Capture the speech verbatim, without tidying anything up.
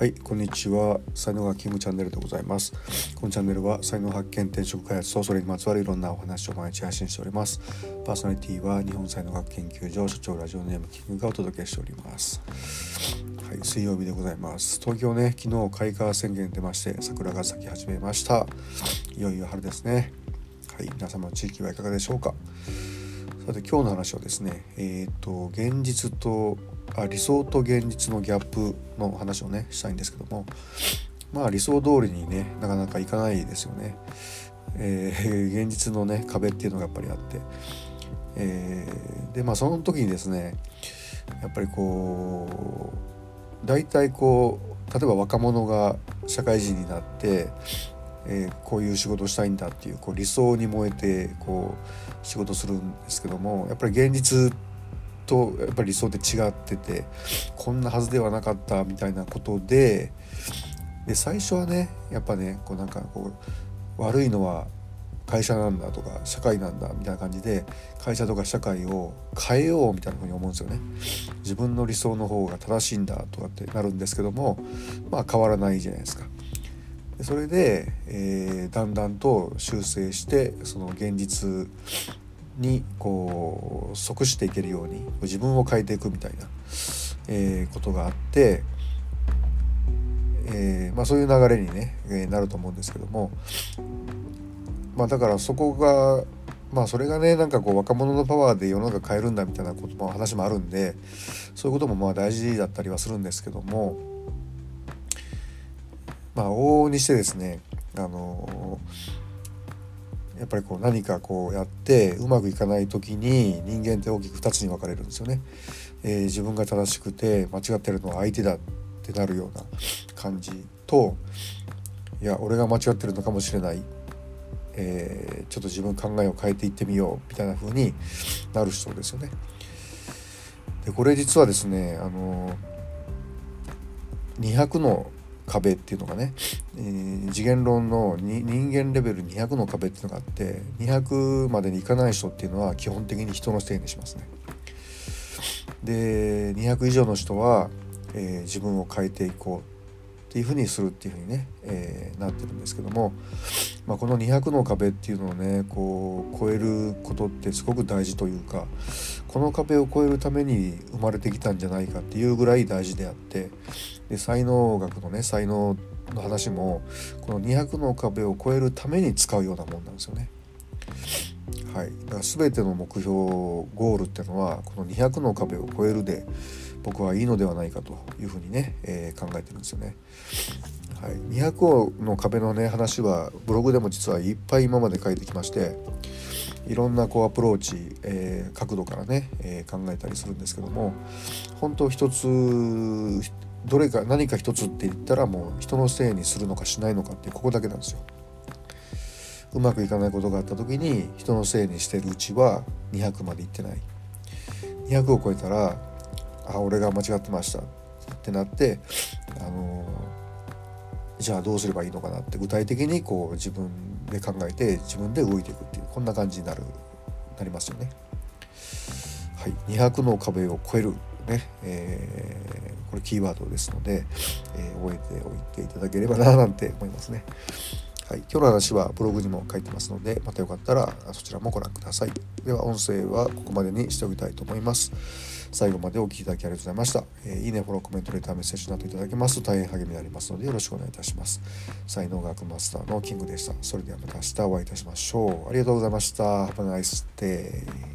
はい、こんにちは。才能学キングチャンネルでございます。このチャンネルは才能発見、転職開発とそれにまつわるいろんなお話を毎日配信しております。パーソナリティは日本才能学研究所所長ラジオネームキングがお届けしております。はい、水曜日でございます。東京ね、昨日開花宣言出まして桜が咲き始めました。いよいよ春ですね。はい、皆様の地域はいかがでしょうか。さて今日の話はですね、えっと現実とあ理想と現実のギャップの話をねしたいんですけども、まあ理想通りにねなかなかいかないですよね。えー、現実のね壁っていうのがやっぱりあって、えー、でまあその時にですねやっぱりこう大体こう例えば若者が社会人になってえー、こういう仕事をしたいんだっていう、こう理想に燃えてこう仕事するんですけども、やっぱり現実とやっぱり理想って違ってて、こんなはずではなかったみたいなことで、で最初はねやっぱねこうなんかこう悪いのは会社なんだとか社会なんだみたいな感じで会社とか社会を変えようみたいなふうに思うんですよね。自分の理想の方が正しいんだとかってなるんですけども、まあ変わらないじゃないですか。それで、えー、だんだんと修正してその現実にこう即していけるように自分を変えていくみたいな、えー、ことがあって、えーまあ、そういう流れに、ねえー、なると思うんですけども、まあ、だからそこがまあそれがねなんかこう若者のパワーで世の中変えるんだみたいなことも話もあるんで、そういうこともまあ大事だったりはするんですけども、まあ往々にしてですねあのやっぱりこう何かこうやってうまくいかない時に人間って大きくふたつに分かれるんですよね。えー、自分が正しくて間違ってるのは相手だってなるような感じと、いや俺が間違ってるのかもしれない、えー、ちょっと自分考えを変えていってみようみたいな風になる人ですよね。でこれ実はですねあのにひゃくの壁っていうのがね、えー、次元論のに人間レベルにひゃくの壁っていうのがあって、にひゃくまでにいかない人っていうのは基本的に人のせいにしますね。でにひゃく以上の人は、えー、自分を変えていこうっていうふうにするっていうふうにね、えー、なってるんですけども、まあ、このにひゃくの壁っていうのをねこう超えることってすごく大事というか、この壁を超えるために生まれてきたんじゃないかっていうぐらい大事であって、で才能学のね才能の話もこのにひゃくの壁を超えるために使うようなもんなんですよね。はい、だから全ての目標ゴールっていうのはこのにひゃくの壁を超えるで僕はいいのではないかというふうにね、えー、考えてるんですよね。はい、にひゃくの壁のね話はブログでも実はいっぱい今まで書いてきまして、いろんなこうアプローチ、えー、角度からね、えー、考えたりするんですけども、本当一つどれか何か一つって言ったらもう人のせいにするのかしないのかってここだけなんですよ。うまくいかないことがあった時に人のせいにしてるうちはにひゃくまでいってない。にひゃくを超えたらあ俺が間違ってましたってなって、あのー、じゃあどうすればいいのかなって具体的にこう自分で考えて自分で動いていくっていう、こんな感じになるなりますよね。はい、にひゃくの壁を超えるね、えー、これキーワードですので、えー、覚えておいていただければななんて思いますね。はい、今日の話はブログにも書いてますので、またよかったらそちらもご覧ください。では音声はここまでにしておきたいと思います。最後までお聞きいただきありがとうございました。えー、いいね、フォロー、コメント、レター、メッセージなどいただけますと大変励みになりますのでよろしくお願いいたします。才能学マスターのキングでした。それではまた明日お会いいたしましょう。ありがとうございました。Have a nice day.